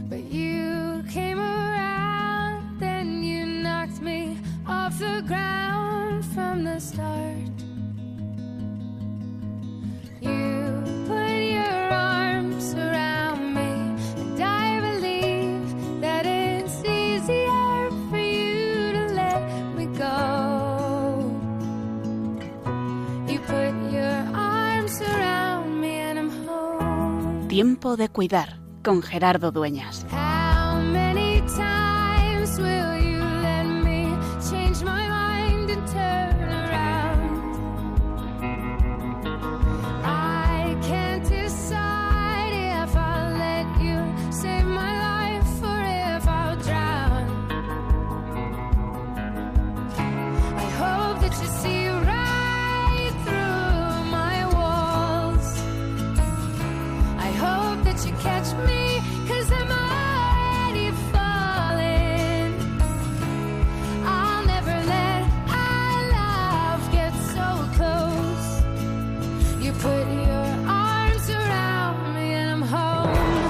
but you came around, then you knocked me off the ground from the start. You put your arms around me, and I believe that it's easier for you to let me go. You put your arms around me and I'm home. Tiempo de cuidar, con Gerardo Dueñas. How many times will you let me change my mind and turn around? I can't decide if I'll let you save my life or if I'll drown. I hope that you see right through my walls. I hope that you catch me, 'cause I'm already falling. I'll never let our love get so close. You put your arms around me and I'm home.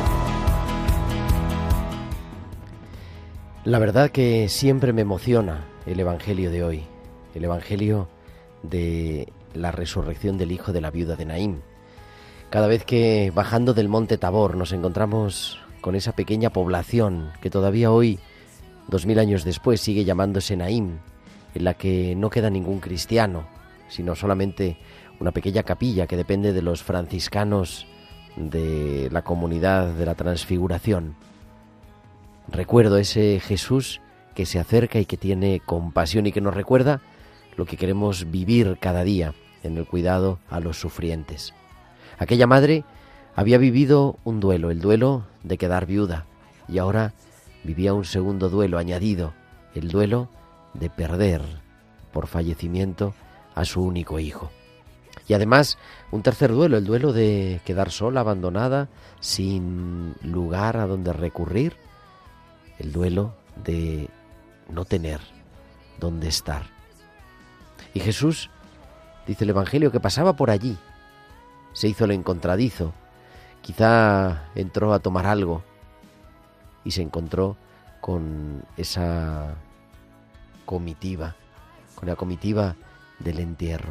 La verdad que siempre me emociona el Evangelio de hoy, el Evangelio de la resurrección del hijo de la viuda de Naín. Cada vez que bajando del monte Tabor nos encontramos con esa pequeña población que todavía hoy, 2000 años después, sigue llamándose Naín, en la que no queda ningún cristiano, sino solamente una pequeña capilla que depende de los franciscanos de la comunidad de la Transfiguración. Recuerdo ese Jesús que se acerca y que tiene compasión y que nos recuerda lo que queremos vivir cada día en el cuidado a los sufrientes. Aquella madre había vivido un duelo, el duelo de quedar viuda, y ahora vivía un segundo duelo añadido, el duelo de perder por fallecimiento a su único hijo. Y además un tercer duelo, el duelo de quedar sola, abandonada, sin lugar a donde recurrir, el duelo de no tener dónde estar. Y Jesús, dice el Evangelio, que pasaba por allí, se hizo el encontradizo, quizá entró a tomar algo y se encontró con esa comitiva, con la comitiva del entierro.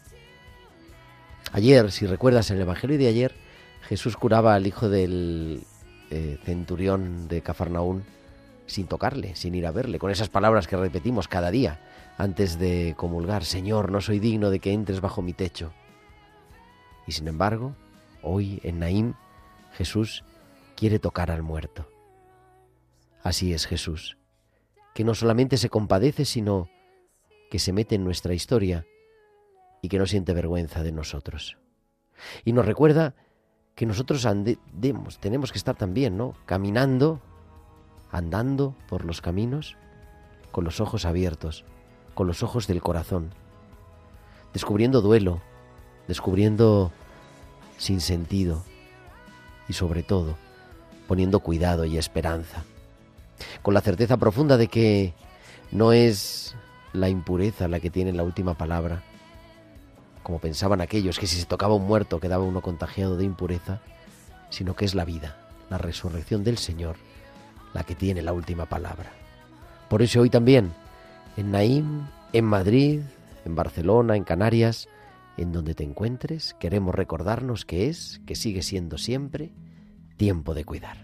Ayer, si recuerdas, en el Evangelio de ayer, Jesús curaba al hijo del centurión de Cafarnaún sin tocarle, sin ir a verle, con esas palabras que repetimos cada día antes de comulgar: Señor, no soy digno de que entres bajo mi techo. Y sin embargo, hoy en Naín, Jesús quiere tocar al muerto. Así es Jesús, que no solamente se compadece, sino que se mete en nuestra historia y que no siente vergüenza de nosotros. Y nos recuerda que nosotros tenemos que estar también, ¿no?, caminando, andando por los caminos, con los ojos abiertos, con los ojos del corazón, descubriendo duelo, descubriendo sinsentido y sobre todo poniendo cuidado y esperanza, con la certeza profunda de que no es la impureza la que tiene la última palabra, como pensaban aquellos, que si se tocaba un muerto quedaba uno contagiado de impureza, sino que es la vida, la resurrección del Señor, la que tiene la última palabra. Por eso hoy también, en Naín, en Madrid, en Barcelona, en Canarias, en donde te encuentres, queremos recordarnos que sigue siendo siempre tiempo de cuidar.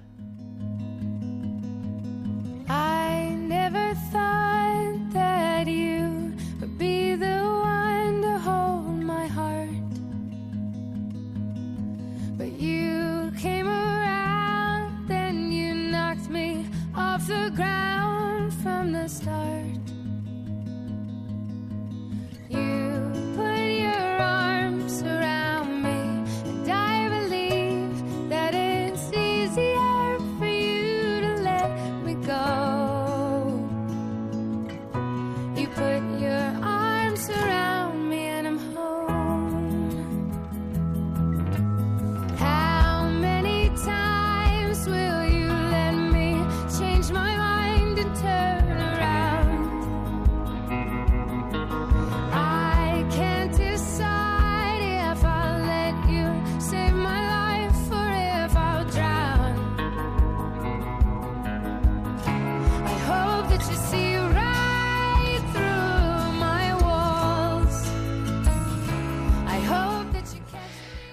I never thought that you would be the one to hold my heart, but you came around, then you knocked me off the ground from the start. You put your arms around me, and I believe that it's easier for you to let me go. You put your arms around me and I'm home. How many times will you let me change my mind?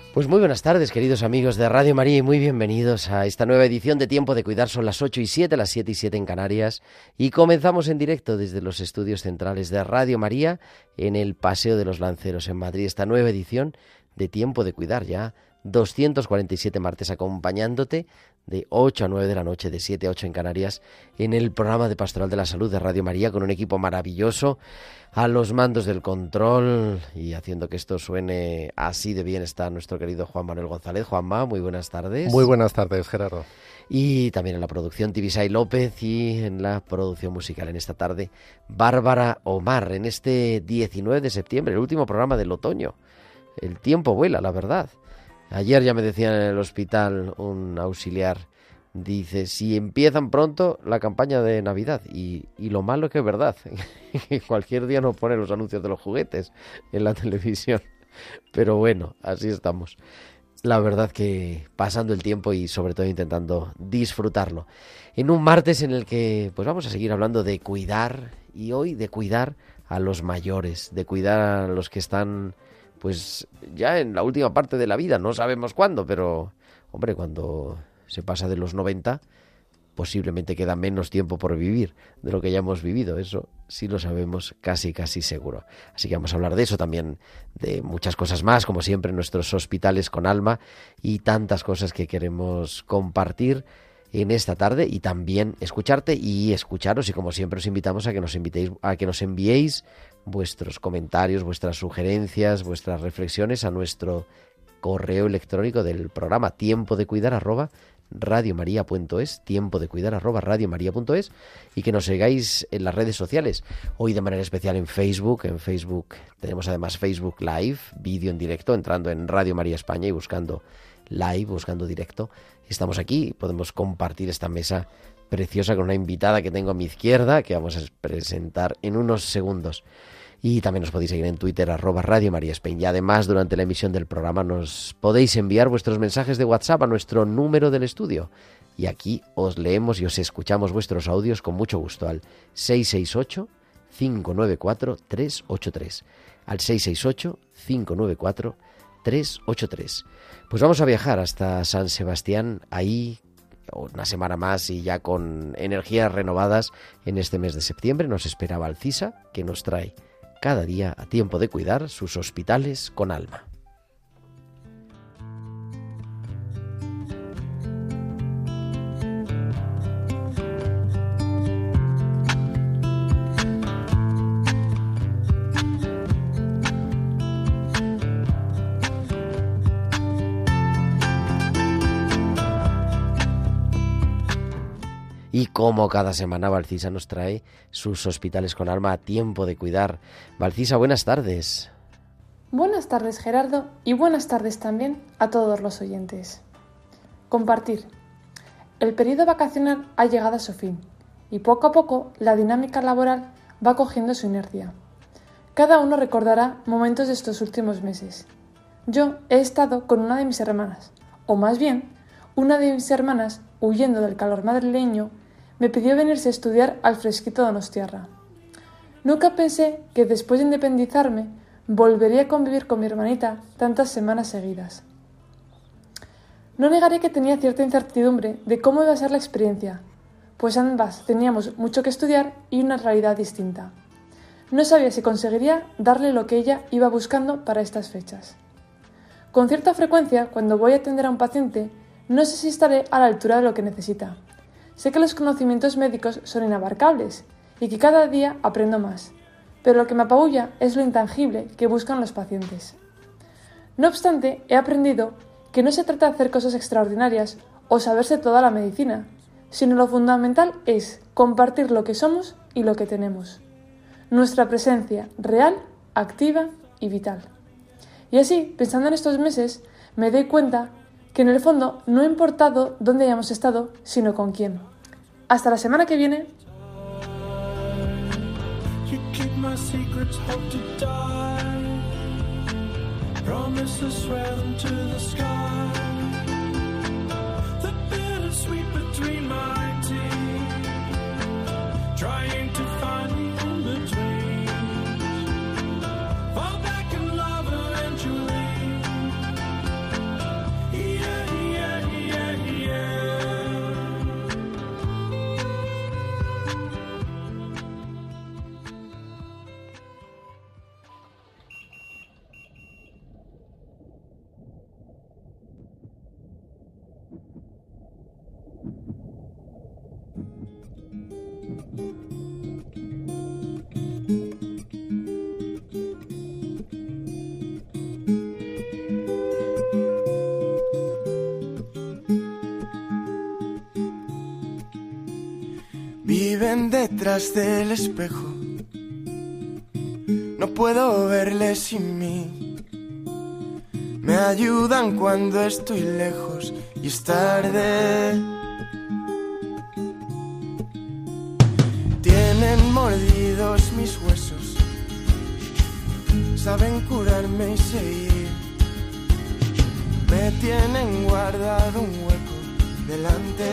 Pues muy buenas tardes, queridos amigos de Radio María, y muy bienvenidos a esta nueva edición de Tiempo de Cuidar. Son las 8:07, las 7:07 en Canarias, y comenzamos en directo desde los estudios centrales de Radio María en el Paseo de los Lanceros en Madrid, esta nueva edición de Tiempo de Cuidar, ya 247 martes acompañándote de 8 a 9 de la noche, de 7 a 8 en Canarias, en el programa de Pastoral de la Salud de Radio María, con un equipo maravilloso a los mandos del control, y haciendo que esto suene así de bien está nuestro querido Juan Manuel González. Juanma, muy buenas tardes. Muy buenas tardes, Gerardo. Y también en la producción Tibisay López, y en la producción musical en esta tarde Bárbara Omar, en este 19 de septiembre, el último programa del otoño. El tiempo vuela, la verdad. Ayer ya me decían en el hospital un auxiliar, dice, si empiezan pronto la campaña de Navidad, y lo malo es que es verdad, que cualquier día nos ponen los anuncios de los juguetes en la televisión, pero bueno, así estamos. La verdad que pasando el tiempo y sobre todo intentando disfrutarlo. En un martes en el que pues vamos a seguir hablando de cuidar, y hoy de cuidar a los mayores, de cuidar a los que están pues ya en la última parte de la vida, no sabemos cuándo, pero hombre, cuando se pasa de los 90, posiblemente queda menos tiempo por vivir de lo que ya hemos vivido, eso sí lo sabemos casi seguro. Así que vamos a hablar de eso, también de muchas cosas más, como siempre en nuestros hospitales con alma, y tantas cosas que queremos compartir en esta tarde, y también escucharte y escucharos, y como siempre os invitamos a que nos enviéis vuestros comentarios, vuestras sugerencias, vuestras reflexiones a nuestro correo electrónico del programa, tiempodecuidar@radiomaria.es, tiempodecuidar@radiomaria.es, y que nos sigáis en las redes sociales. Hoy de manera especial en Facebook. En Facebook tenemos además Facebook Live, vídeo en directo, entrando en Radio María España y buscando live, buscando directo. Estamos aquí y podemos compartir esta mesa preciosa con una invitada que tengo a mi izquierda, que vamos a presentar en unos segundos. Y también nos podéis seguir en Twitter, @Radio María Spain. Y además, durante la emisión del programa nos podéis enviar vuestros mensajes de WhatsApp a nuestro número del estudio. Y aquí os leemos y os escuchamos vuestros audios con mucho gusto al 668-594-383. Al 668-594-383. Pues vamos a viajar hasta San Sebastián, ahí una semana más y ya con energías renovadas. En este mes de septiembre nos espera Valcisa, que nos trae cada día a Tiempo de Cuidar sus hospitales con alma. Y como cada semana, Valcisa nos trae sus hospitales con alma a Tiempo de Cuidar. Valcisa, buenas tardes. Buenas tardes, Gerardo, y buenas tardes también a todos los oyentes. Compartir. El periodo vacacional ha llegado a su fin, y poco a poco la dinámica laboral va cogiendo su inercia. Cada uno recordará momentos de estos últimos meses. Yo he estado con una de mis hermanas, o más bien, una de mis hermanas, huyendo del calor madrileño, me pidió venirse a estudiar al fresquito donostiarra. Nunca pensé que después de independizarme volvería a convivir con mi hermanita tantas semanas seguidas. No negaré que tenía cierta incertidumbre de cómo iba a ser la experiencia, pues ambas teníamos mucho que estudiar y una realidad distinta. No sabía si conseguiría darle lo que ella iba buscando para estas fechas. Con cierta frecuencia, cuando voy a atender a un paciente, no sé si estaré a la altura de lo que necesita. Sé que los conocimientos médicos son inabarcables y que cada día aprendo más, pero lo que me apabulla es lo intangible que buscan los pacientes. No obstante, he aprendido que no se trata de hacer cosas extraordinarias o saberse toda la medicina, sino lo fundamental es compartir lo que somos y lo que tenemos. Nuestra presencia real, activa y vital. Y así, pensando en estos meses, me doy cuenta que en el fondo no ha importado dónde hayamos estado, sino con quién. Hasta la semana que viene. viven detrás del espejo. No puedo verles sin mí. Me ayudan cuando estoy lejos y es tarde. Tienen mordidos mis huesos, saben curarme y seguir. Me tienen guardado un hueco delante.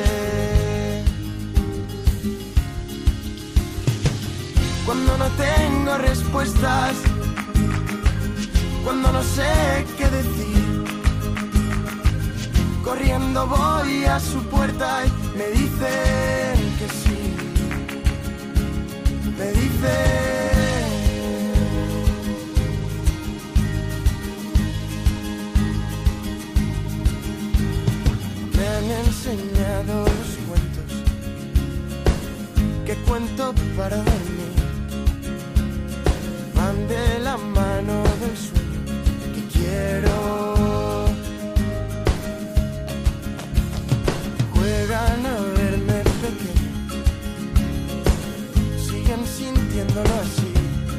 Cuando no tengo respuestas, cuando no sé qué decir, corriendo voy a su puerta y me dicen que sí. Me dicen. Me han enseñado los cuentos que cuento para dormir. Van de la mano del sueño que quiero. Juegan a verme pequeño, siguen sintiéndolo así.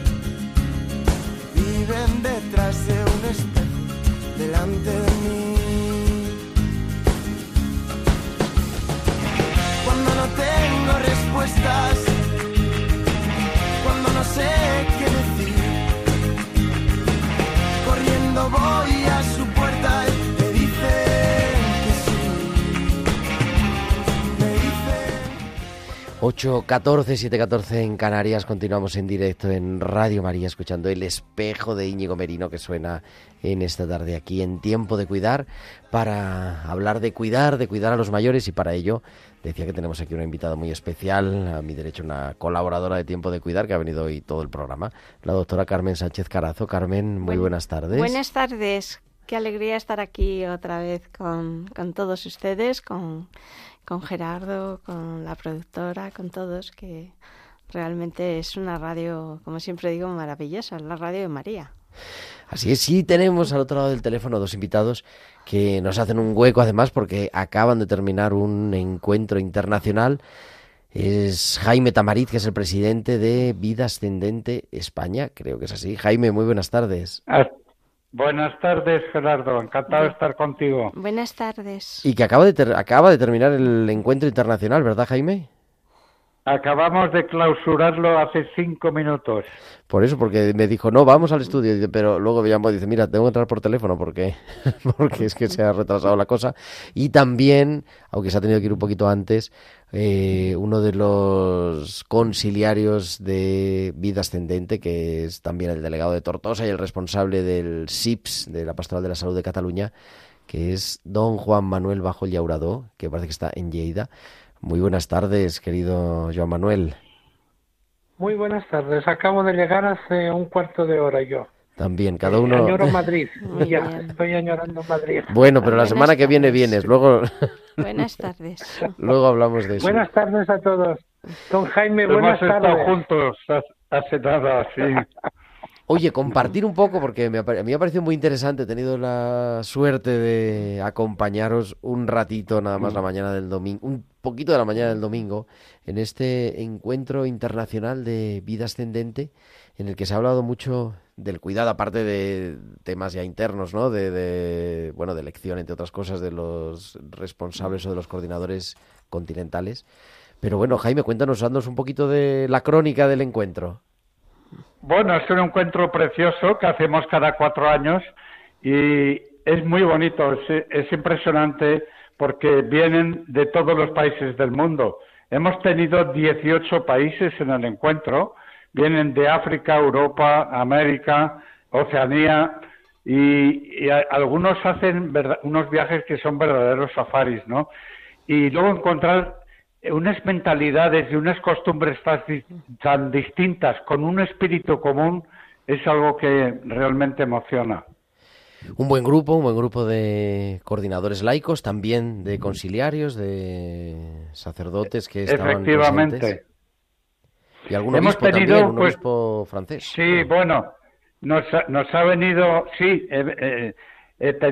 Viven detrás de un espejo delante de mí. Cuando no tengo respuestas, cuando no sé qué decir, corriendo voy a su puerta y me dicen que sí. Me dicen. 8:14, 7:14 en Canarias. Continuamos en directo en Radio María, escuchando El Espejo de Íñigo Merino, que suena en esta tarde aquí en Tiempo de Cuidar, para hablar de cuidar a los mayores. Y para ello decía que tenemos aquí una invitada muy especial, a mi derecha una colaboradora de Tiempo de Cuidar, que ha venido hoy todo el programa, la doctora Carmen Sánchez Carazo. Carmen, muy buenas tardes. Buenas tardes, qué alegría estar aquí otra vez con todos ustedes, con Gerardo, con la productora, con todos, que realmente es una radio, como siempre digo, maravillosa, es la radio de María. Así es, sí, tenemos al otro lado del teléfono dos invitados que nos hacen un hueco, además, porque acaban de terminar un encuentro internacional. Es Jaime Tamariz, que es el presidente de Vida Ascendente España, creo que es así. Jaime, muy buenas tardes. Buenas tardes, Gerardo, encantado de estar contigo. Buenas tardes. Y que acaba de terminar el encuentro internacional, ¿verdad, Jaime? Acabamos de clausurarlo hace 5 minutos. Por eso, porque me dijo, no, vamos al estudio, pero luego me llamó y dice, mira, tengo que entrar por teléfono porque es que se ha retrasado la cosa. Y también, aunque se ha tenido que ir un poquito antes, uno de los conciliarios de Vida Ascendente, que es también el delegado de Tortosa y el responsable del SIPS, de la Pastoral de la Salud de Cataluña, que es don Juan Manuel Bajo Llauradó, que parece que está en Lleida. Muy buenas tardes, querido Joan Manuel. Muy buenas tardes. Acabo de llegar hace un cuarto de hora yo. También, cada uno... Añoro Madrid. Ya, estoy añorando Madrid. Bueno, pero la semana que viene vienes. Luego... Buenas tardes. Luego hablamos de eso. Buenas tardes a todos. Don Jaime, buenas tardes. Hemos estado juntos hace nada, sí. Oye, compartir un poco, porque a mí me ha parecido muy interesante. He tenido la suerte de acompañaros un ratito, nada más la mañana del domingo, un poquito de la mañana del domingo, en este encuentro internacional de Vida Ascendente, en el que se ha hablado mucho del cuidado, aparte de temas ya internos, ¿no? De elección, entre otras cosas, de los responsables o de los coordinadores continentales. Pero bueno, Jaime, cuéntanos, haznos un poquito de la crónica del encuentro. Bueno, es un encuentro precioso que hacemos cada 4 años y es muy bonito, es impresionante porque vienen de todos los países del mundo. Hemos tenido 18 países en el encuentro, vienen de África, Europa, América, Oceanía y algunos hacen unos viajes que son verdaderos safaris, ¿no? Y luego encontrar unas mentalidades y unas costumbres tan distintas con un espíritu común es algo que realmente emociona. Un buen grupo de coordinadores laicos, también de conciliarios, de sacerdotes que estaban presentes. Y algún obispo también, un obispo francés. Sí, bueno, nos ha venido, sí,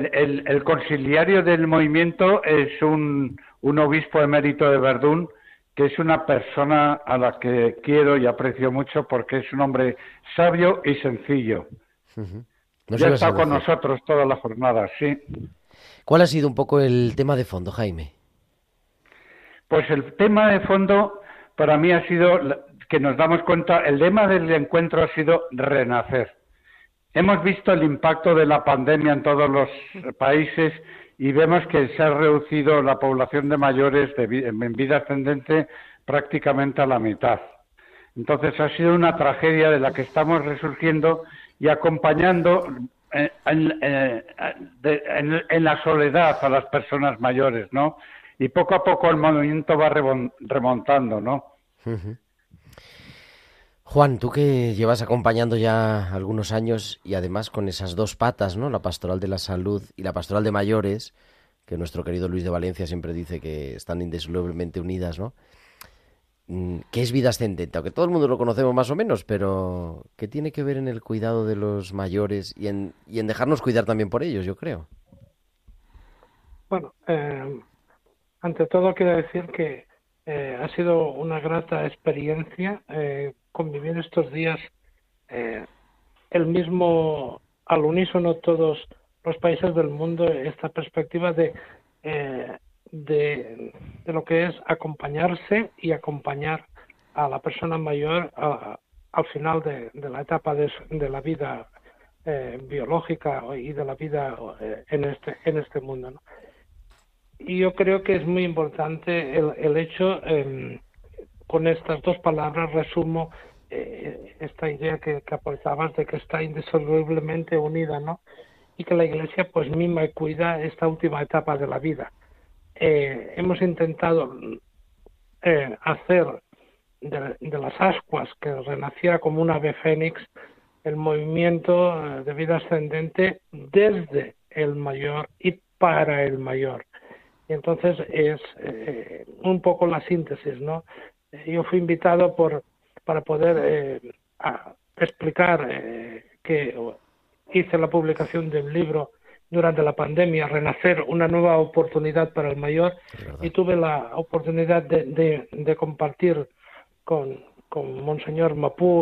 el conciliario del movimiento es un obispo emérito de Verdún que es una persona a la que quiero y aprecio mucho porque es un hombre sabio y sencillo. Ya está con nosotros toda la jornada, sí. ¿Cuál ha sido un poco el tema de fondo, Jaime? Pues el tema de fondo para mí ha sido que nos damos cuenta, el lema del encuentro ha sido renacer. Hemos visto el impacto de la pandemia en todos los países y vemos que se ha reducido la población de mayores en vida ascendente prácticamente a la mitad. Entonces ha sido una tragedia de la que estamos resurgiendo y acompañando en la soledad a las personas mayores, ¿no? Y poco a poco el movimiento va remontando, ¿no? Juan, tú que llevas acompañando ya algunos años y además con esas dos patas, ¿no? La pastoral de la salud y la pastoral de mayores, que nuestro querido Luis de Valencia siempre dice que están indesolublemente unidas, ¿no? ¿Qué es vida ascendente? Aunque todo el mundo lo conocemos más o menos, pero ¿qué tiene que ver en el cuidado de los mayores y en dejarnos cuidar también por ellos, yo creo? Bueno, ante todo quiero decir que ha sido una grata experiencia convivir estos días al unísono todos los países del mundo, esta perspectiva de lo que es acompañarse y acompañar a la persona mayor al final de la etapa de la vida biológica y de la vida en este mundo, ¿no? Y yo creo que es muy importante el hecho, con estas dos palabras resumo esta idea que aportabas de que está indisolublemente unida, ¿no? Y que la Iglesia pues mima y cuida esta última etapa de la vida. Hemos intentado hacer de las ascuas que renaciera como un ave fénix el movimiento de vida ascendente desde el mayor y para el mayor. Y entonces es un poco la síntesis, ¿no? Yo fui invitado para poder explicar que hice la publicación del libro durante la pandemia, Renacer, una nueva oportunidad para el mayor, y tuve la oportunidad de compartir con Monseñor Mapú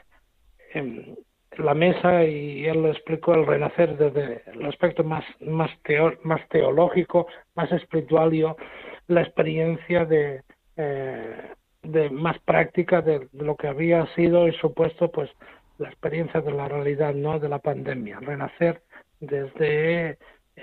en la mesa, y él explicó el renacer desde el aspecto más teológico, más espiritual, y la experiencia de más práctica de lo que había sido y supuesto pues la experiencia de la realidad, ¿no?, de la pandemia, renacer desde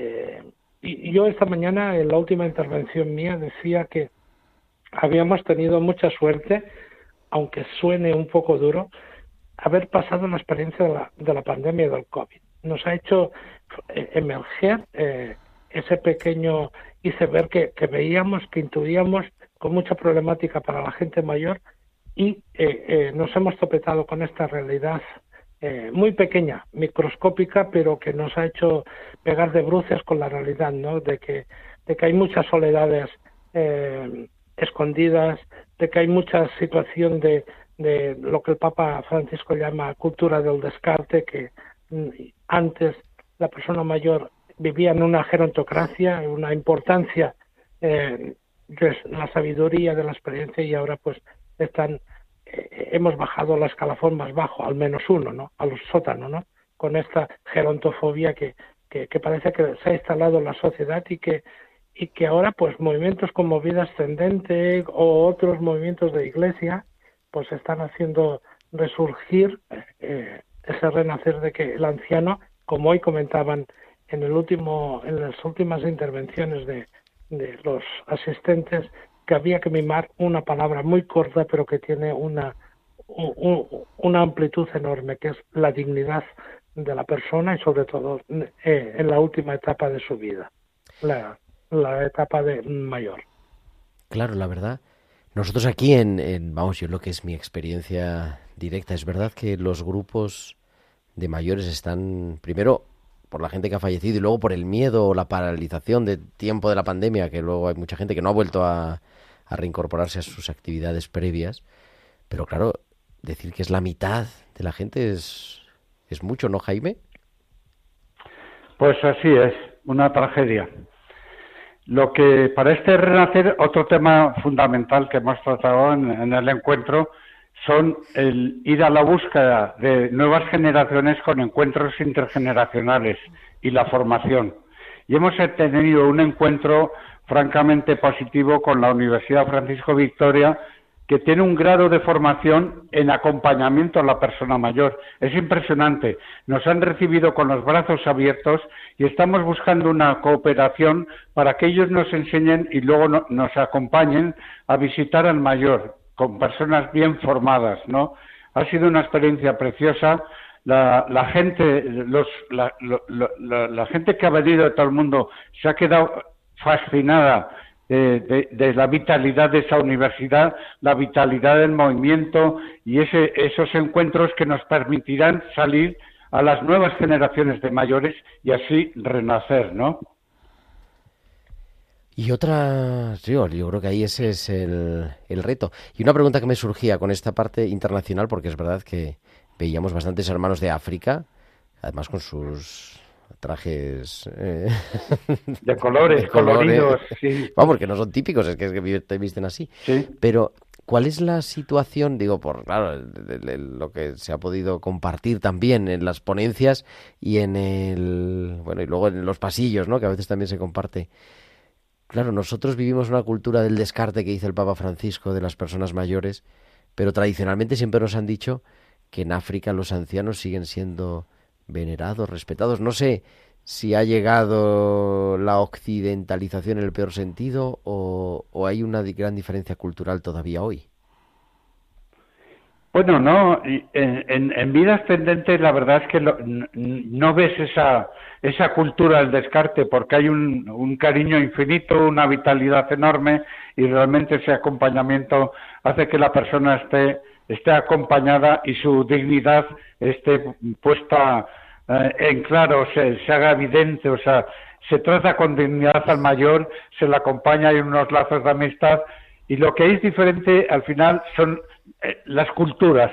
y yo esta mañana en la última intervención mía decía que habíamos tenido mucha suerte, aunque suene un poco duro, haber pasado la experiencia de la pandemia del COVID. Nos ha hecho emerger ese pequeño iceberg que veíamos, que intuíamos con mucha problemática para la gente mayor, y nos hemos topetado con esta realidad muy pequeña, microscópica, pero que nos ha hecho pegar de bruces con la realidad, ¿no? De que hay muchas soledades escondidas, de que hay mucha situación de lo que el Papa Francisco llama cultura del descarte, que antes la persona mayor vivía en una gerontocracia, en una importancia de la sabiduría, de la experiencia, y ahora pues hemos bajado la escalafón más bajo, al menos uno, ¿no?, a los sótanos, ¿no?, con esta gerontofobia que parece que se ha instalado en la sociedad, y que ahora pues movimientos como Vida Ascendente o otros movimientos de Iglesia pues están haciendo resurgir ese renacer de que el anciano, como hoy comentaban en las últimas intervenciones de los asistentes, que había que mimar una palabra muy corta pero que tiene una amplitud enorme, que es la dignidad de la persona, y sobre todo en la última etapa de su vida, la etapa de mayor. Claro, la verdad. Nosotros aquí vamos, yo lo que es mi experiencia directa, es verdad que los grupos de mayores están, primero, por la gente que ha fallecido, y luego por el miedo o la paralización de tiempo de la pandemia, que luego hay mucha gente que no ha vuelto a reincorporarse a sus actividades previas. Pero claro, decir que es la mitad de la gente es mucho, ¿no, Jaime? Pues así es, una tragedia. lo que para este renacer, otro tema fundamental que hemos tratado en el encuentro son el ir a la búsqueda de nuevas generaciones con encuentros intergeneracionales y la formación. Y hemos tenido un encuentro francamente positivo con la Universidad Francisco Victoria, que tiene un grado de formación en acompañamiento a la persona mayor. Es impresionante. Nos han recibido con los brazos abiertos y estamos buscando una cooperación para que ellos nos enseñen y luego nos acompañen a visitar al mayor, con personas bien formadas, ¿no? Ha sido una experiencia preciosa. La gente, la gente que ha venido de todo el mundo se ha quedado fascinada de la vitalidad de esa universidad, la vitalidad del movimiento y esos encuentros que nos permitirán salir a las nuevas generaciones de mayores y así renacer, ¿no? Y otra, yo creo que ahí ese es el reto. Y una pregunta que me surgía con esta parte internacional, porque es verdad que veíamos bastantes hermanos de África, además con sus trajes de colores, coloridos, sí. Vamos, que no son típicos, es que te visten así. Sí. Pero, ¿cuál es la situación? Digo, por claro, lo que se ha podido compartir también en las ponencias y y luego en los pasillos, ¿no? Que a veces también se comparte. Claro, nosotros vivimos una cultura del descarte que dice el Papa Francisco de las personas mayores, pero tradicionalmente siempre nos han dicho que en África los ancianos siguen siendo venerados, respetados. No sé si ha llegado la occidentalización en el peor sentido o hay una gran diferencia cultural todavía hoy. Bueno, no, en vida ascendente la verdad es que no ves esa cultura del descarte porque hay un cariño infinito, una vitalidad enorme y realmente ese acompañamiento hace que la persona esté acompañada y su dignidad esté puesta en claro, se haga evidente, o sea, se trata con dignidad al mayor, se le acompaña, hay unos lazos de amistad y lo que es diferente al final son las culturas.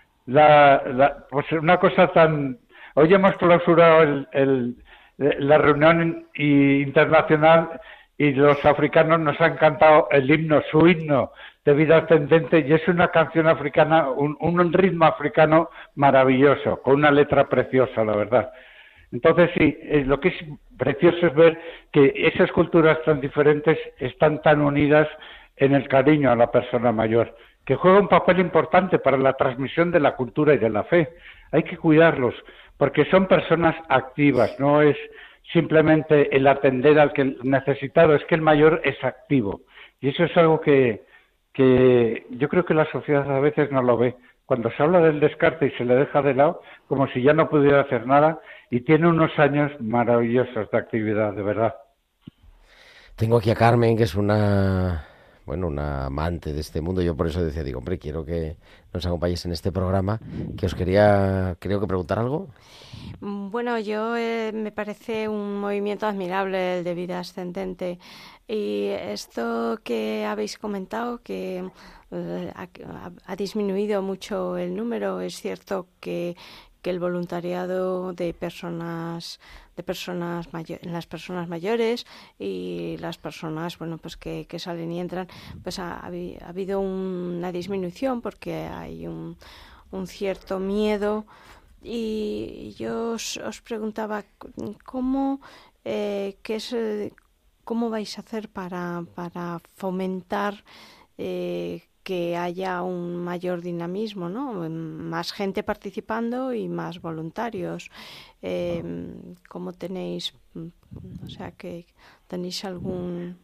Pues una cosa tan... Hoy hemos clausurado la reunión internacional y los africanos nos han cantado el himno, su himno de vida ascendente, y es una canción africana, un ritmo africano maravilloso, con una letra preciosa, la verdad. Entonces sí, lo que es precioso es ver que esas culturas tan diferentes están tan unidas en el cariño a la persona mayor, que juega un papel importante para la transmisión de la cultura y de la fe. Hay que cuidarlos, porque son personas activas, no es simplemente el atender al que necesitado, es que el mayor es activo. Y eso es algo que yo creo que la sociedad a veces no lo ve. Cuando se habla del descarte y se le deja de lado, como si ya no pudiera hacer nada, y tiene unos años maravillosos de actividad, de verdad. Tengo aquí a Carmen, que es una amante de este mundo. Yo por eso decía, hombre, quiero que nos acompañes en este programa, que os quería, creo que preguntar algo. Bueno, me parece un movimiento admirable el de vida ascendente y esto que habéis comentado, que ha disminuido mucho el número, es cierto que el voluntariado de personas en las personas mayores y las personas que salen y entran, pues ha habido una disminución porque hay un cierto miedo. Y yo os preguntaba cómo vais a hacer para fomentar que haya un mayor dinamismo, ¿no? Más gente participando y más voluntarios. ¿Cómo tenéis, que tenéis alguna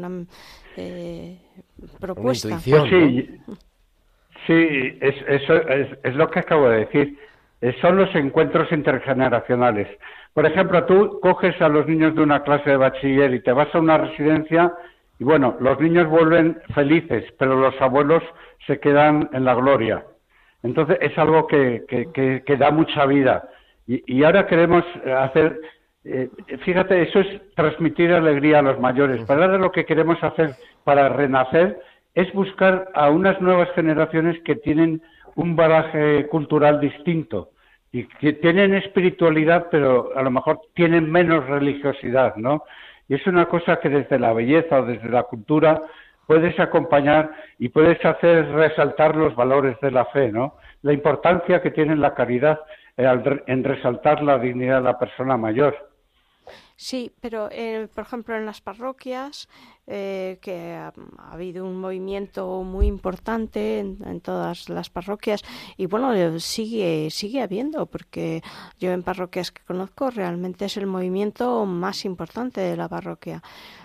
propuesta? Una intuición, ¿no? Sí, eso es lo que acabo de decir. Son los encuentros intergeneracionales. Por ejemplo, tú coges a los niños de una clase de bachiller y te vas a una residencia y bueno, los niños vuelven felices, pero los abuelos se quedan en la gloria. Entonces es algo que da mucha vida. Y ahora queremos hacer, fíjate, eso es transmitir alegría a los mayores. Pero ahora lo que queremos hacer para renacer es buscar a unas nuevas generaciones que tienen un bagaje cultural distinto y que tienen espiritualidad, pero a lo mejor tienen menos religiosidad, ¿no? Y es una cosa que desde la belleza o desde la cultura puedes acompañar y puedes hacer resaltar los valores de la fe, ¿no? La importancia que tiene la caridad en resaltar la dignidad de la persona mayor. Sí, pero por ejemplo en las parroquias, que ha habido un movimiento muy importante en todas las parroquias y bueno, sigue habiendo, porque yo en parroquias que conozco realmente es el movimiento más importante de la parroquia.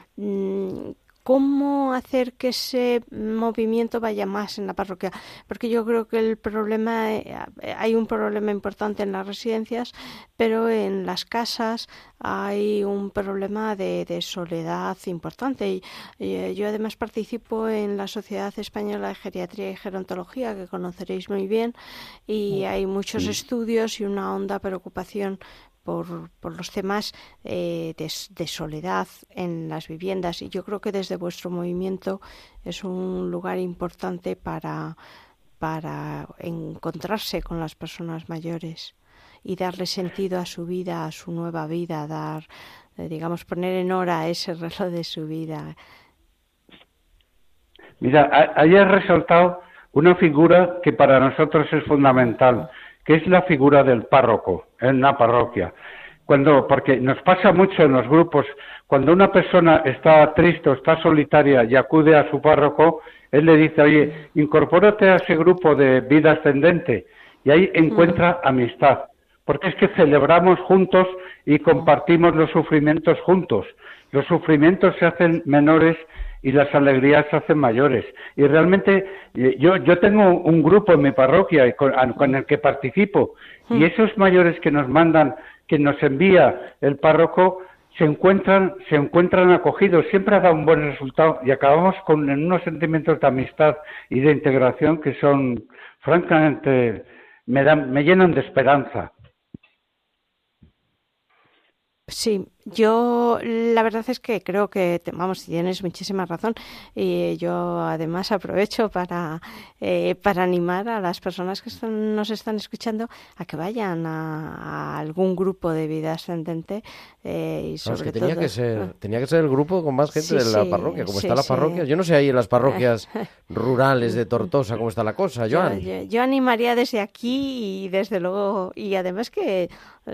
¿Cómo hacer que ese movimiento vaya más en la parroquia? Porque yo creo que hay un problema importante en las residencias, pero en las casas hay un problema de soledad importante. Y yo además participo en la Sociedad Española de Geriatría y Gerontología, que conoceréis muy bien, y hay muchos estudios y una honda preocupación por los temas de soledad en las viviendas, y yo creo que desde vuestro movimiento es un lugar importante para encontrarse con las personas mayores y darle sentido a su vida, a su nueva vida, digamos, poner en hora ese reloj de su vida. Mira, ahí has resaltado una figura que para nosotros es fundamental, que es la figura del párroco en la parroquia. Porque nos pasa mucho en los grupos, cuando una persona está triste o está solitaria y acude a su párroco, él le dice, oye, incorpórate a ese grupo de vida ascendente, y ahí encuentra amistad, porque es que celebramos juntos y compartimos los sufrimientos juntos. Los sufrimientos se hacen menores y las alegrías se hacen mayores. Y realmente yo tengo un grupo en mi parroquia con el que participo, y esos mayores que nos mandan, que nos envía el párroco, se encuentran acogidos. Siempre ha dado un buen resultado y acabamos con unos sentimientos de amistad y de integración que son, francamente, me llenan de esperanza. Sí, yo la verdad es que creo que, tienes muchísima razón, y yo además aprovecho para animar a las personas que nos están escuchando a que vayan a algún grupo de vida ascendente, y sobre todo... Tenía que ser el grupo con más gente de la parroquia, como están las parroquias. Yo no sé ahí en las parroquias rurales de Tortosa cómo está la cosa, Joan. Yo animaría desde aquí y desde luego, y además que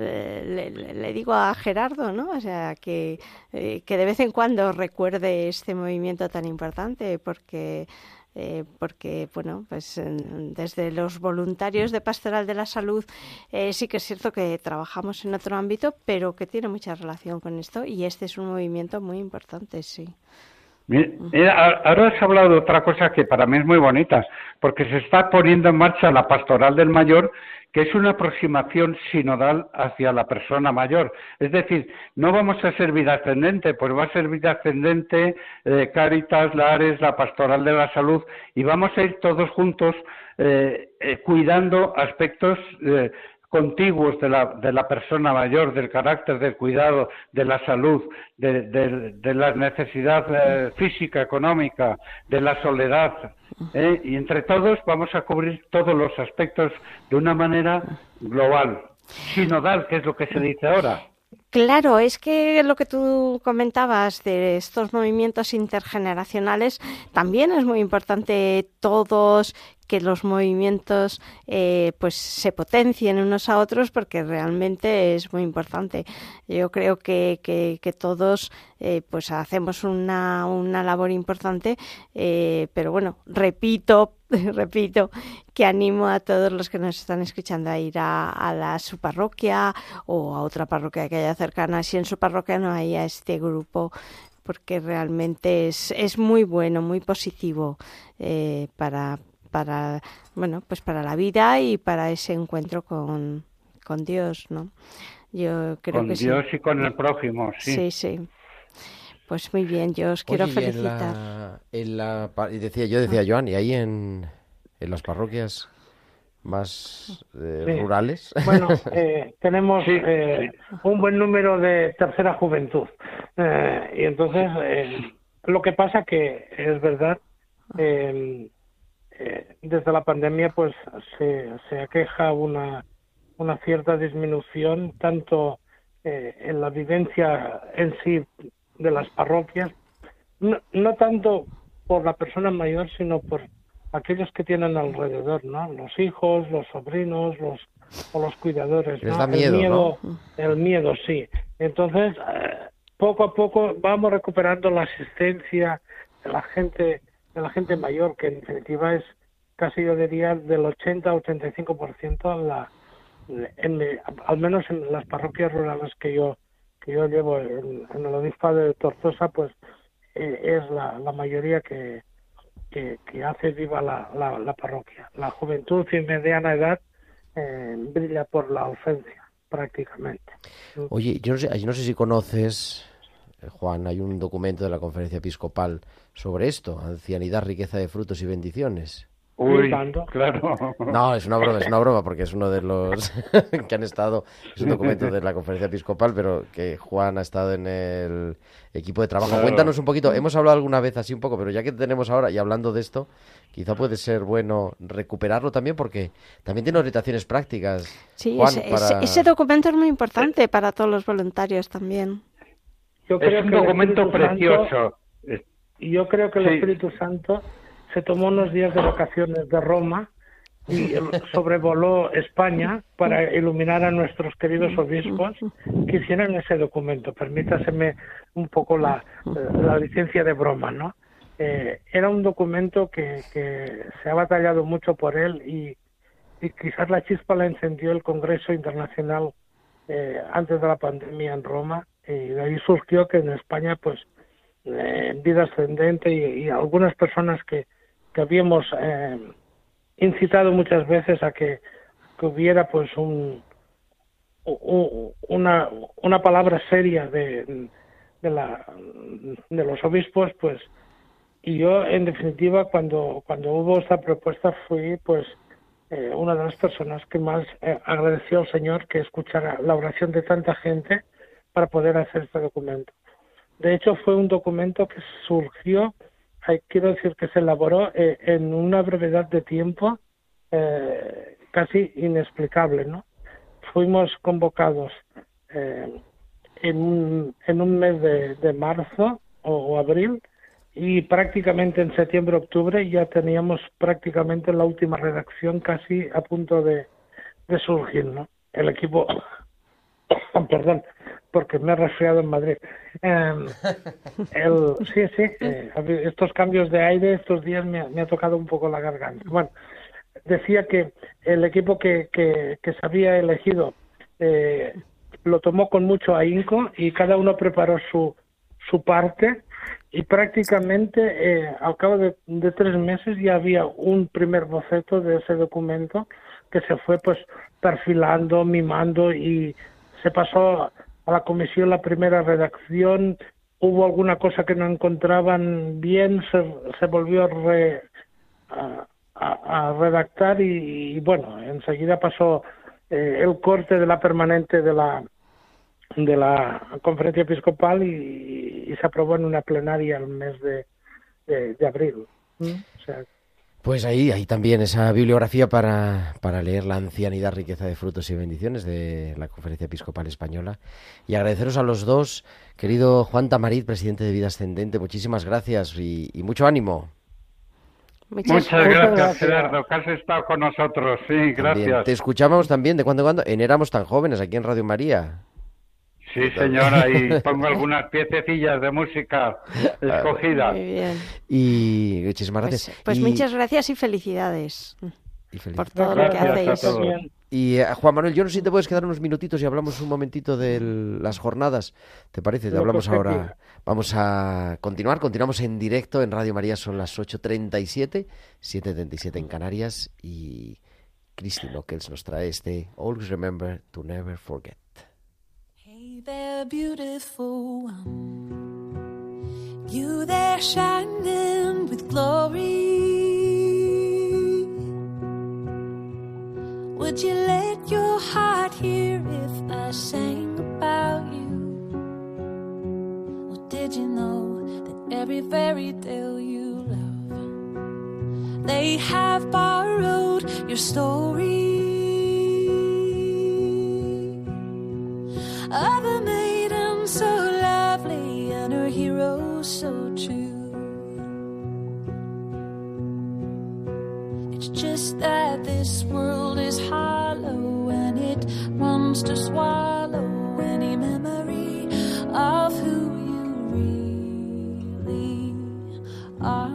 le digo a Gerardo, ¿no? O sea, que de vez en cuando recuerde este movimiento tan importante, porque bueno, pues desde los voluntarios de Pastoral de la Salud sí que es cierto que trabajamos en otro ámbito, pero que tiene mucha relación con esto, y este es un movimiento muy importante, sí. Mira, ahora has hablado de otra cosa que para mí es muy bonita, porque se está poniendo en marcha la Pastoral del Mayor, que es una aproximación sinodal hacia la persona mayor. Es decir, no vamos a ser vida ascendente, pues va a ser vida ascendente, Cáritas, Lares, la Pastoral de la Salud, y vamos a ir todos juntos cuidando aspectos contiguos de la persona mayor, del carácter, del cuidado, de la salud, de la necesidad física, económica, de la soledad. Y entre todos vamos a cubrir todos los aspectos de una manera global, sinodal, que es lo que se dice ahora. Claro, es que lo que tú comentabas de estos movimientos intergeneracionales también es muy importante, que los movimientos pues se potencien unos a otros, porque realmente es muy importante. Yo creo que todos pues hacemos una labor importante, pero bueno, repito que animo a todos los que nos están escuchando a ir a su parroquia o a otra parroquia que haya cercana, si en su parroquia no hay a este grupo, porque realmente es muy bueno, muy positivo para bueno, pues para la vida y para ese encuentro con Dios, ¿no? Yo creo con que Dios sí. Y con el prójimo, sí. Sí. Pues muy bien, yo os quiero felicitar. Decía Joan, y ahí en las parroquias más rurales. Bueno, tenemos un buen número de tercera juventud, y entonces lo que pasa que es verdad, desde la pandemia pues se aqueja una cierta disminución tanto en la vivencia en sí de las parroquias, no tanto por la persona mayor, sino por aquellos que tienen alrededor, ¿no? Los hijos, los sobrinos, o los cuidadores, ¿no? Les da miedo, ¿no? El miedo, sí. Entonces, poco a poco vamos recuperando la asistencia de la gente mayor, que en definitiva es casi, yo diría, del 80-85% al menos en las parroquias rurales que yo llevo en el obispado de Tortosa, pues es la mayoría que hace viva la parroquia. La juventud y mediana edad brilla por la ausencia, prácticamente. Oye, yo no sé si conoces, Juan, hay un documento de la Conferencia Episcopal sobre esto, ancianidad, riqueza de frutos y bendiciones. Uy, claro. No, es una broma, porque es uno de los que han estado, es un documento de la Conferencia Episcopal, pero que Juan ha estado en el equipo de trabajo. Claro. Cuéntanos un poquito, hemos hablado alguna vez así un poco, pero ya que tenemos ahora, y hablando de esto, quizá puede ser bueno recuperarlo también, porque también tiene orientaciones prácticas. Sí, Juan, ese documento es muy importante para todos los voluntarios también. Yo creo es un documento precioso. Y yo creo que el Espíritu Santo se tomó unos días de vacaciones de Roma y sobrevoló España para iluminar a nuestros queridos obispos que hicieran ese documento. Permítaseme un poco la licencia de broma, ¿no? Era un documento que se ha batallado mucho por él y quizás la chispa la encendió el Congreso Internacional antes de la pandemia en Roma, y de ahí surgió que en España, pues, Vida Ascendente y algunas personas que habíamos incitado muchas veces a que hubiera, pues, una palabra seria de los obispos, pues, y yo, en definitiva, cuando hubo esta propuesta, fui, pues, una de las personas que más agradeció al Señor que escuchara la oración de tanta gente para poder hacer este documento. De hecho, fue un documento que surgió, quiero decir que se elaboró en una brevedad de tiempo casi inexplicable, ¿no? Fuimos convocados en un mes de marzo o abril, y prácticamente en septiembre-octubre ya teníamos prácticamente la última redacción casi a punto de surgir, ¿no? El equipo... Perdón, porque me he resfriado en Madrid. Estos cambios de aire estos días me ha tocado un poco la garganta. Bueno, decía que el equipo que se había elegido lo tomó con mucho ahínco y cada uno preparó su parte, y prácticamente al cabo de 3 meses ya había un primer boceto de ese documento que se fue, pues, perfilando, mimando, y se pasó a la comisión la primera redacción. Hubo alguna cosa que no encontraban bien, se volvió a redactar y bueno, enseguida pasó el corte de la permanente de la Conferencia Episcopal y se aprobó en una plenaria el mes de abril. O sea, pues ahí también esa bibliografía para leer La ancianidad, riqueza de frutos y bendiciones de la Conferencia Episcopal Española. Y agradeceros a los dos, querido Juan Tamarit, presidente de Vida Ascendente, muchísimas gracias y mucho ánimo. Muchas gracias, Gerardo, que has estado con nosotros. Sí, gracias. También te escuchábamos también de cuando en cuando en Éramos tan jóvenes aquí en Radio María. Sí, señora, y pongo algunas piececillas de música escogida. Muy bien. Y muchísimas gracias. Pues muchas gracias y felicidades por todo lo que hacéis. Y Juan Manuel, yo no sé si te puedes quedar unos minutitos y hablamos un momentito de las jornadas. ¿Te parece? Te hablamos ahora. Vamos a continuamos en directo en Radio María, son las 8:37, 7:37 en Canarias, y Christine Ockels nos trae este Always Remember to Never Forget. Hey there, beautiful one, you there shining with glory. Would you let your heart hear if I sang about you? Or did you know that every fairy tale you love, they have borrowed your story? Of a maiden so lovely and her It's just that this world is hollow and it wants to swallow any memory of who you really are.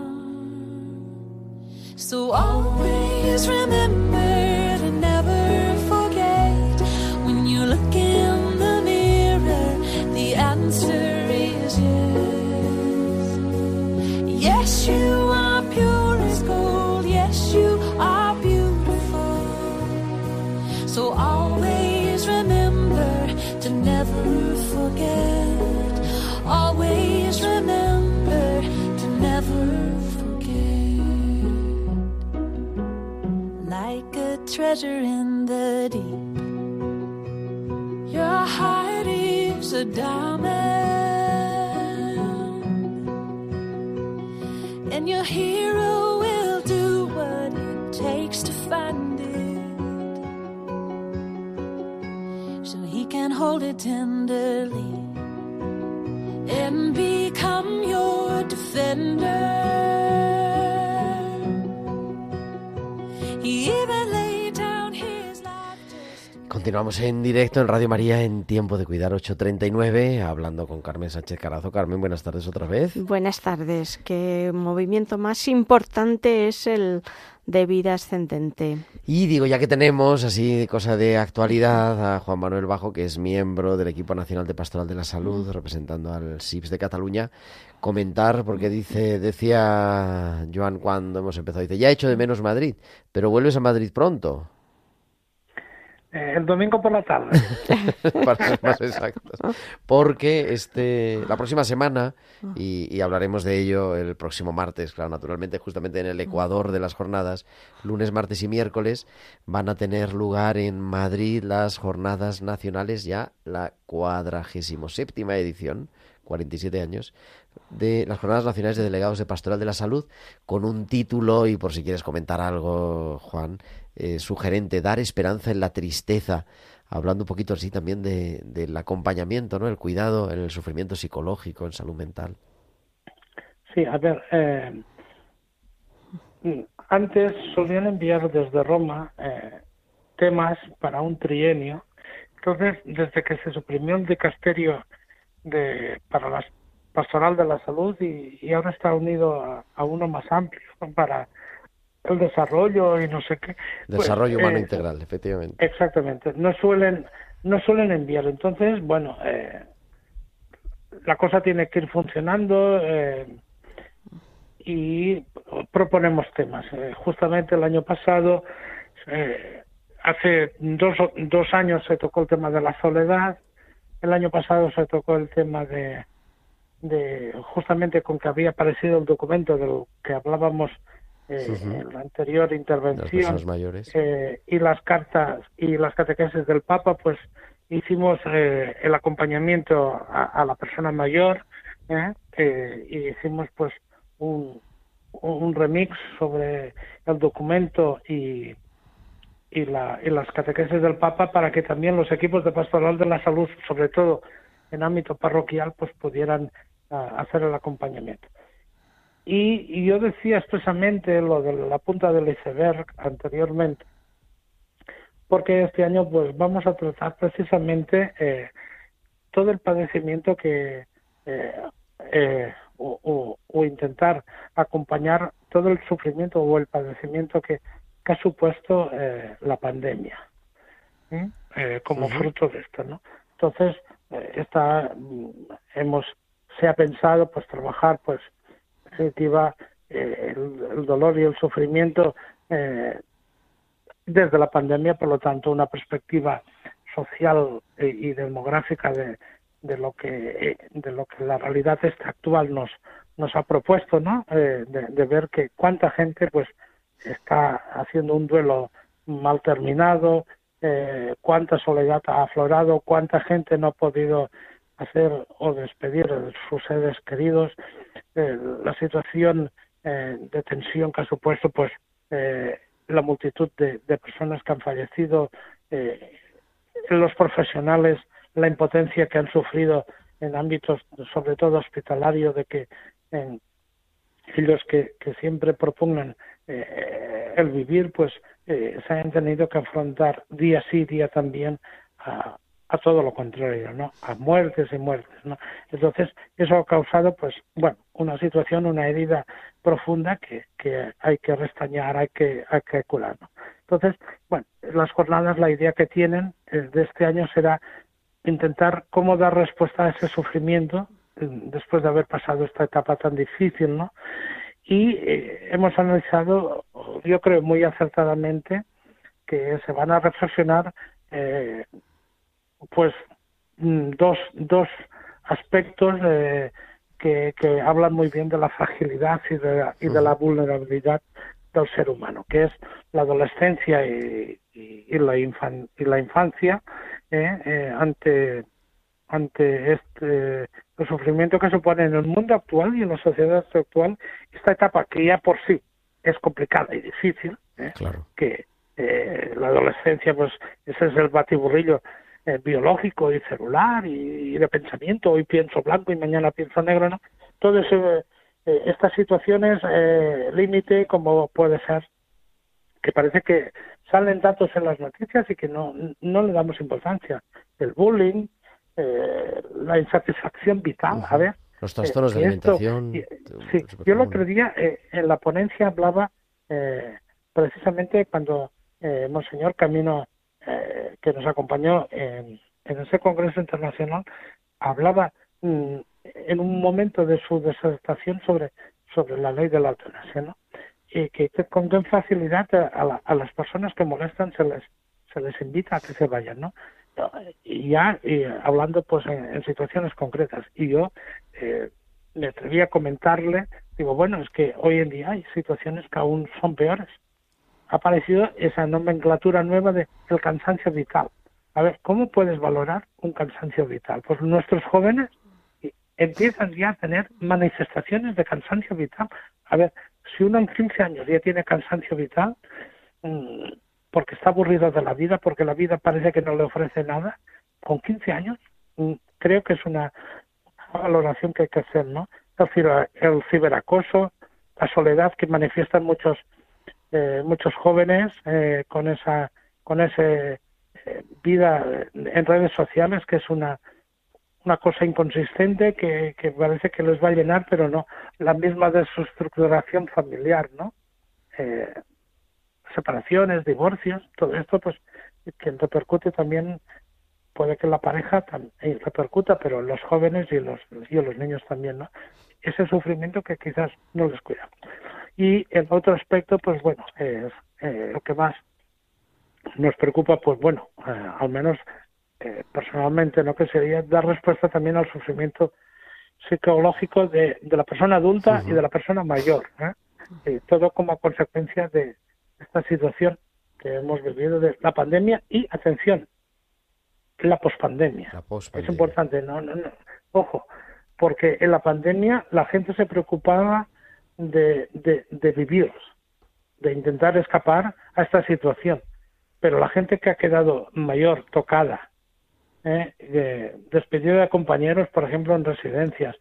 So always remember to never forget, when you look in the mirror, the answer is yes. Yes, you are pure as gold. Yes, you are beautiful. So always remember to never forget. Always remember to never forget. Like a treasure in the deep, your heart is a diamond, and your hero will do what it takes to find it, so he can hold it tenderly and become your defender. He even laid down his life just... Continuamos en directo en Radio María en Tiempo de Cuidar, 8:39, hablando con Carmen Sánchez Carazo. Carmen, buenas tardes otra vez. Buenas tardes. ¿Qué movimiento más importante es el de vida ascendente? Y digo, ya que tenemos así cosa de actualidad a Juan Manuel Bajo, que es miembro del equipo nacional de Pastoral de la Salud, representando al SIPS de Cataluña, comentar, porque decía Joan cuando hemos empezado, dice, ya he hecho de menos Madrid, pero vuelves a Madrid pronto. El domingo por la tarde. Para ser más exactos. Porque la próxima semana, y hablaremos de ello el próximo martes, claro, naturalmente, justamente en el ecuador de las jornadas, lunes, martes y miércoles, van a tener lugar en Madrid las jornadas nacionales, ya la 47ª edición, 47 años, de las Jornadas Nacionales de Delegados de Pastoral de la Salud, con un título, y por si quieres comentar algo, Juan, sugerente, dar esperanza en la tristeza, hablando un poquito así también del acompañamiento, ¿no? El cuidado en el sufrimiento psicológico, en salud mental. Sí, a ver, antes solían enviar desde Roma temas para un trienio. Entonces, desde que se suprimió el dicasterio para la Pastoral de la Salud y ahora está unido a uno más amplio, ¿no? Para el desarrollo y no sé qué. Desarrollo humano integral, efectivamente. Exactamente. No suelen enviar. Entonces, bueno, la cosa tiene que ir funcionando y proponemos temas. Justamente el año pasado, hace dos años se tocó el tema de la soledad. El año pasado se tocó el tema de justamente con que había aparecido el documento del que hablábamos en la anterior intervención, y las cartas y las catequesis del Papa, pues hicimos el acompañamiento a la persona mayor, y hicimos pues un remix sobre el documento y las catequesis del Papa, para que también los equipos de Pastoral de la Salud, sobre todo en ámbito parroquial, pues pudieran hacer el acompañamiento. Y yo decía expresamente lo de la punta del iceberg anteriormente, porque este año pues vamos a tratar precisamente todo el padecimiento que o intentar acompañar todo el sufrimiento o el padecimiento que ha supuesto la pandemia como fruto de esto, ¿no? Entonces se ha pensado pues trabajar pues en definitiva el dolor y el sufrimiento desde la pandemia, por lo tanto una perspectiva social y demográfica de lo que la realidad actual nos ha propuesto, ¿no? De ver que cuánta gente pues está haciendo un duelo mal terminado, cuánta soledad ha aflorado, cuánta gente no ha podido hacer o despedir a sus seres queridos, la situación de tensión que ha supuesto pues la multitud de personas que han fallecido, los profesionales, la impotencia que han sufrido en ámbitos sobre todo hospitalario, de que ellos que siempre propugnan el vivir, pues se han tenido que afrontar día sí, día también a todo lo contrario, ¿no? A muertes y muertes, ¿no? Entonces, eso ha causado, pues, bueno, una situación, una herida profunda que hay que restañar, hay que curar, ¿no? Entonces, bueno, las jornadas, la idea que tienen de este año será intentar cómo dar respuesta a ese sufrimiento después de haber pasado esta etapa tan difícil, ¿no? Y hemos analizado, yo creo muy acertadamente, que se van a reflexionar pues dos aspectos que hablan muy bien de la fragilidad y de la vulnerabilidad del ser humano, que es la adolescencia y la infancia ante el sufrimiento que supone en el mundo actual y en la sociedad actual esta etapa que ya por sí es complicada y difícil, Claro. que la adolescencia, pues ese es el batiburrillo biológico y celular y de pensamiento. Hoy pienso blanco y mañana pienso negro, ¿no? Todo eso, estas situaciones límite, como puede ser, que parece que salen datos en las noticias y que no le damos importancia. El bullying, la insatisfacción vital, a ver. Los trastornos de alimentación. Sí, yo el otro día en la ponencia hablaba precisamente cuando Monseñor Camino, que nos acompañó en ese Congreso Internacional, hablaba en un momento de su disertación sobre la ley de la eutanasia, ¿no? Y que con gran facilidad a las personas que molestan se les invita a que se vayan, ¿no? Y hablando pues en situaciones concretas. Y yo me atreví a comentarle, digo, bueno, es que hoy en día hay situaciones que aún son peores. Ha aparecido esa nomenclatura nueva de el cansancio vital. A ver, ¿cómo puedes valorar un cansancio vital? Pues nuestros jóvenes empiezan ya a tener manifestaciones de cansancio vital. A ver, si uno en 15 años ya tiene cansancio vital, porque está aburrido de la vida, porque la vida parece que no le ofrece nada, con 15 años, creo que es una valoración que hay que hacer, ¿no? El ciberacoso, la soledad que manifiestan muchos jóvenes con esa vida en redes sociales, que es una cosa inconsistente que parece que les va a llenar, pero no. La misma desestructuración familiar, ¿no? Separaciones, divorcios, todo esto, pues, que repercute también, puede que la pareja también repercuta, pero en los jóvenes y en los niños también, ¿no? Ese sufrimiento que quizás no les cuida. Y el otro aspecto, pues bueno, es lo que más nos preocupa, pues bueno, al menos personalmente, ¿no? Que sería dar respuesta también al sufrimiento psicológico de la persona adulta y de la persona mayor, todo como consecuencia de esta situación que hemos vivido de la pandemia y, atención, la pospandemia. Es importante, no, ojo, porque en la pandemia la gente se preocupaba de vivir, de intentar escapar a esta situación, pero la gente que ha quedado mayor, tocada, despedida de compañeros, por ejemplo, en residencias,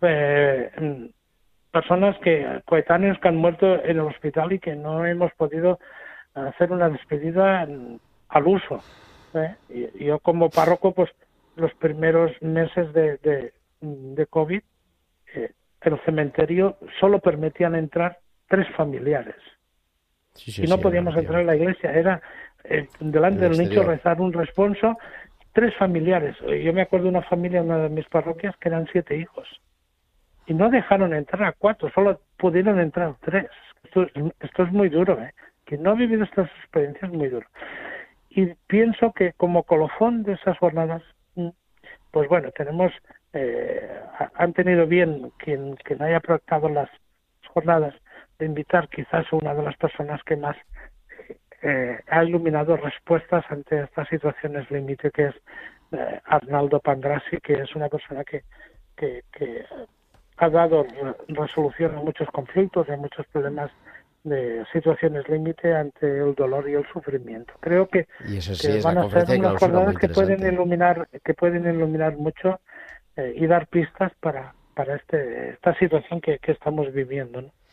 personas coetáneos que han muerto en el hospital y que no hemos podido hacer una despedida al uso. Y yo como párroco, pues los primeros meses de COVID, el cementerio solo permitían entrar 3 familiares. Y no podíamos entrar en la iglesia, era delante del nicho rezar un responso, 3 familiares. Yo me acuerdo de una familia en una de mis parroquias que eran 7 hijos. Y no dejaron entrar a 4, solo pudieron entrar 3. Esto es muy duro, Quien no ha vivido estas experiencias es muy duro. Y pienso que como colofón de esas jornadas, pues bueno, tenemos, han tenido bien quien haya proyectado las jornadas de invitar quizás a una de las personas que más ha iluminado respuestas ante estas situaciones límite, que es Arnaldo Pangrassi, que es una persona que ha dado resolución a muchos conflictos y a muchos problemas de situaciones límite ante el dolor y el sufrimiento. Creo que van a ser unas jornadas que pueden iluminar mucho y dar pistas para esta situación que estamos viviendo, ¿no?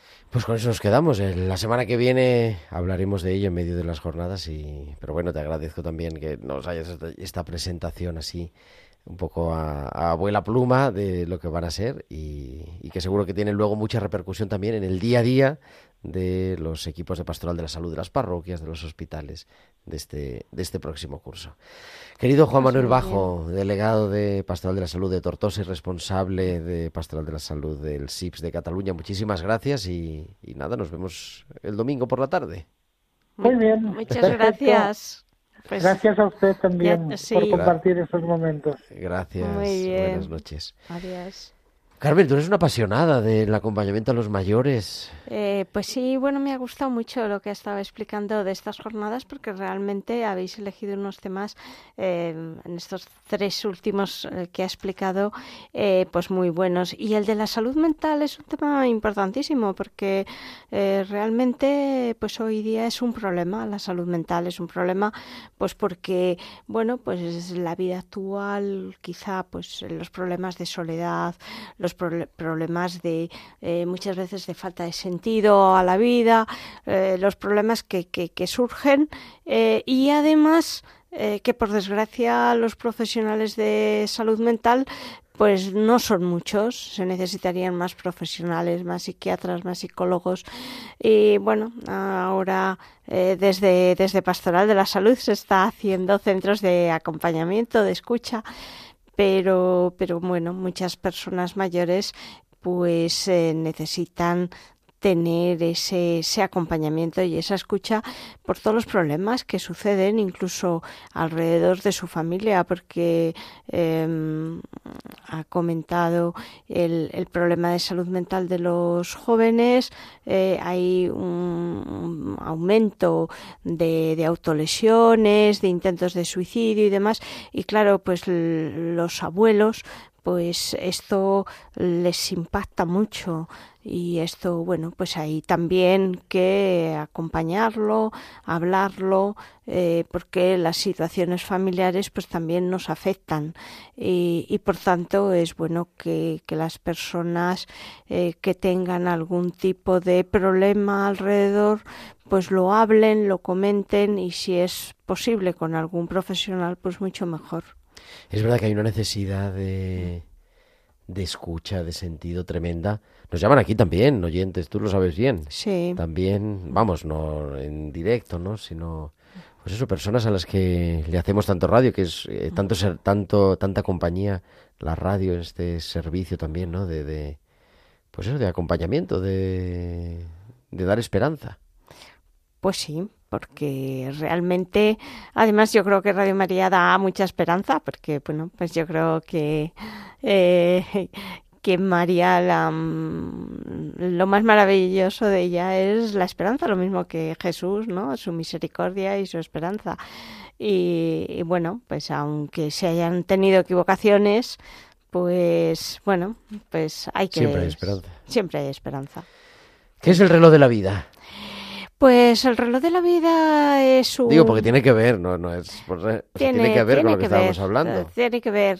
Pues con eso nos quedamos. La semana que viene hablaremos de ello en medio de las jornadas. Pero bueno, te agradezco también que nos hayas hecho esta presentación así, un poco a abuela pluma de lo que van a ser y que seguro que tienen luego mucha repercusión también en el día a día de los equipos de pastoral de la salud, de las parroquias, de los hospitales de este próximo curso. Querido Juan Manuel Bajo, delegado de Pastoral de la Salud de Tortosa y responsable de Pastoral de la Salud del SIPS de Cataluña, muchísimas gracias y nada, nos vemos el domingo por la tarde. Muy bien. Muchas gracias. Pues, gracias a usted también sí. por compartir estos momentos. Gracias. Muy bien. Buenas noches. Adiós. Carmen, tú eres una apasionada del acompañamiento a los mayores. Pues sí, bueno, me ha gustado mucho lo que estaba explicando de estas jornadas porque realmente habéis elegido unos temas en estos 3 últimos que ha explicado, pues muy buenos. Y el de la salud mental es un tema importantísimo porque realmente pues hoy día es un problema, la salud mental es un problema pues porque, bueno, pues la vida actual, quizá pues los problemas de soledad, los problemas de muchas veces de falta de sentido a la vida, los problemas que surgen y además que por desgracia los profesionales de salud mental pues no son muchos, se necesitarían más profesionales, más psiquiatras, más psicólogos y bueno, ahora desde Pastoral de la Salud se está haciendo centros de acompañamiento, de escucha, pero bueno, muchas personas mayores pues necesitan tener ese acompañamiento y esa escucha por todos los problemas que suceden incluso alrededor de su familia, porque ha comentado el problema de salud mental de los jóvenes, hay un aumento de autolesiones, de intentos de suicidio y demás, y claro, pues los abuelos, pues esto les impacta mucho y esto, bueno, pues hay también que acompañarlo, hablarlo, porque las situaciones familiares pues también nos afectan y por tanto es bueno que las personas que tengan algún tipo de problema alrededor pues lo hablen, lo comenten y si es posible con algún profesional pues mucho mejor. Es verdad que hay una necesidad de escucha, de sentido tremenda. Nos llaman aquí también, oyentes, tú lo sabes bien. Sí. También, vamos, no en directo, ¿no? Sino, pues eso, personas a las que le hacemos tanto radio, que es tanta compañía, la radio, este servicio también, ¿no? Pues eso, de acompañamiento, de dar esperanza. Pues sí, porque realmente, además yo creo que Radio María da mucha esperanza, porque bueno, pues yo creo que María, lo más maravilloso de ella es la esperanza, lo mismo que Jesús, ¿no? Su misericordia y su esperanza. Y bueno, pues aunque se hayan tenido equivocaciones, pues bueno, pues hay que... Siempre hay esperanza. Siempre hay esperanza. ¿Qué es el reloj de la vida? Pues el reloj de la vida es un... Digo, porque tiene que ver, no es... tiene que ver con lo que estábamos hablando. Tiene que ver.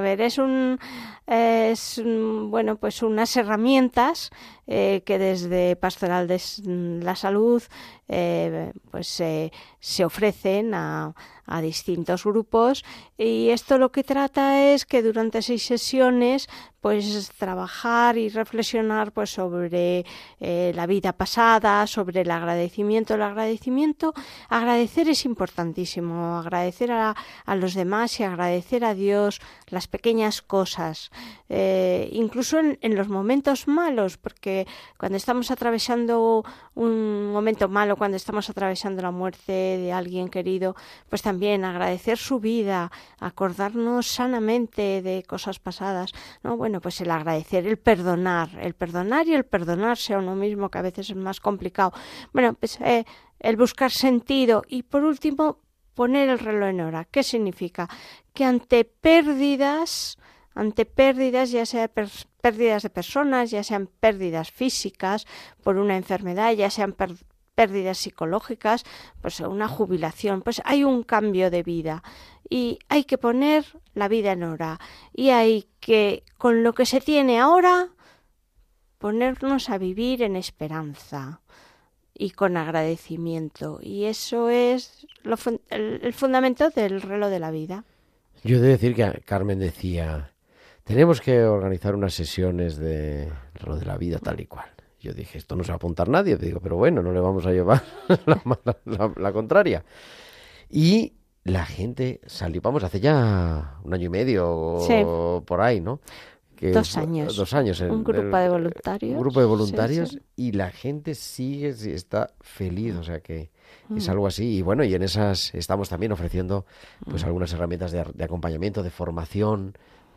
Es bueno, pues unas herramientas que desde Pastoral de la Salud pues se ofrecen a distintos grupos y esto lo que trata es que durante 6 sesiones pues trabajar y reflexionar pues sobre la vida pasada, sobre el agradecimiento. Agradecer es importantísimo, agradecer a los demás y agradecer a Dios las pequeñas cosas, incluso en los momentos malos, porque cuando estamos atravesando un momento malo, cuando estamos atravesando la muerte de alguien querido, pues también agradecer su vida, acordarnos sanamente de cosas pasadas, ¿no? Bueno, pues el agradecer, el perdonar y el perdonarse a uno mismo, que a veces es más complicado. Bueno, pues el buscar sentido y por último poner el reloj en hora. ¿Qué significa? Que ante pérdidas, ya sea pérdidas de personas, ya sean pérdidas físicas por una enfermedad, ya sean pérdidas psicológicas, pues una jubilación, pues hay un cambio de vida y hay que poner la vida en hora y hay que, con lo que se tiene ahora, ponernos a vivir en esperanza y con agradecimiento. Y eso es el fundamento del reloj de la vida. Yo he de decir que Carmen decía, tenemos que organizar unas sesiones de reloj de la vida tal y cual. Yo dije, esto no se va a apuntar nadie. Digo, pero bueno, no le vamos a llevar la contraria. Y la gente salió, vamos, hace ya 1 año y medio o por ahí, ¿no? 2 años. 2 años. Un grupo de voluntarios. Un grupo de voluntarios, sí. Y la gente sigue, está feliz, o sea que es algo así. Y bueno, y en esas estamos también ofreciendo pues algunas herramientas de acompañamiento, de formación,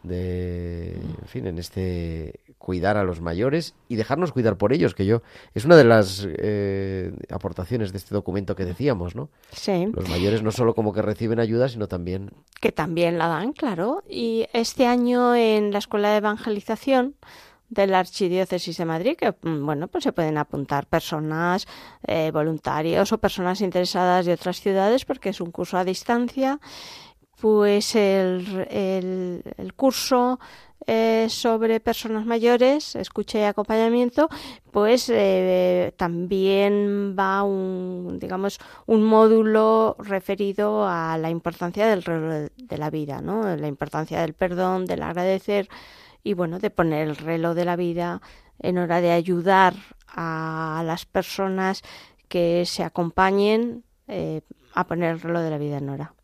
en fin, en este cuidar a los mayores y dejarnos cuidar por ellos, que es una de las aportaciones de este documento que decíamos, ¿no? Sí. Los mayores no solo como que reciben ayuda, sino también... Que también la dan, claro. Y este año en la Escuela de Evangelización de la Archidiócesis de Madrid, que bueno, pues se pueden apuntar personas, voluntarios o personas interesadas de otras ciudades, porque es un curso a distancia. Pues el curso sobre personas mayores, escucha y acompañamiento, pues también va un módulo referido a la importancia del reloj de la vida, ¿no? La importancia del perdón, del agradecer y bueno, de poner el reloj de la vida en hora de ayudar a las personas que se acompañen a poner el reloj de la vida en hora.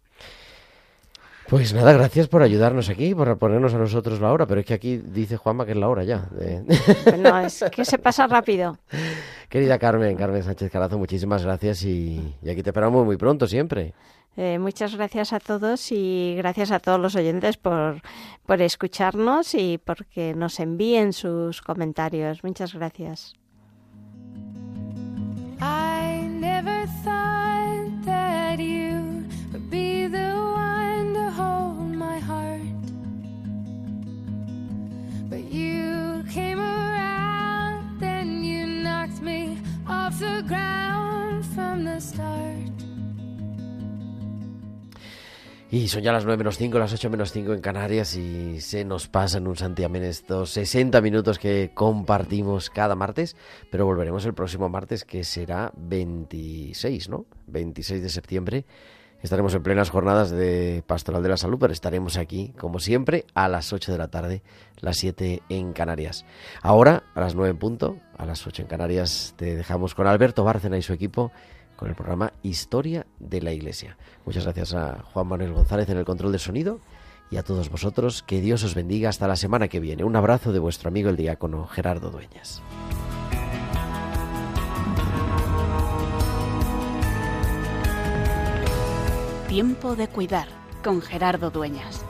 Pues nada, gracias por ayudarnos aquí, por ponernos a nosotros la hora, pero es que aquí dice Juanma que es la hora ya. No, es que se pasa rápido. Querida Carmen Sánchez Carazo, muchísimas gracias y aquí te esperamos muy pronto siempre. Muchas gracias a todos y gracias a todos los oyentes por escucharnos y porque nos envíen sus comentarios. Muchas gracias. I never thought that you would be the one to hold my heart, but you came around and you knocked me off the ground from the start. Y son ya las 9:05, las 8:05 en Canarias y se nos pasan un santiamén estos 60 minutos que compartimos cada martes, pero volveremos el próximo martes, que será 26, ¿no? 26 de septiembre. Estaremos en plenas jornadas de Pastoral de la Salud, pero estaremos aquí, como siempre, a las 8 de la tarde, las 7 en Canarias. Ahora, a las 9 en punto, a las 8 en Canarias, te dejamos con Alberto Bárcena y su equipo, con el programa Historia de la Iglesia. Muchas gracias a Juan Manuel González en el control de sonido y a todos vosotros. Que Dios os bendiga hasta la semana que viene. Un abrazo de vuestro amigo el diácono Gerardo Dueñas. Tiempo de cuidar con Gerardo Dueñas.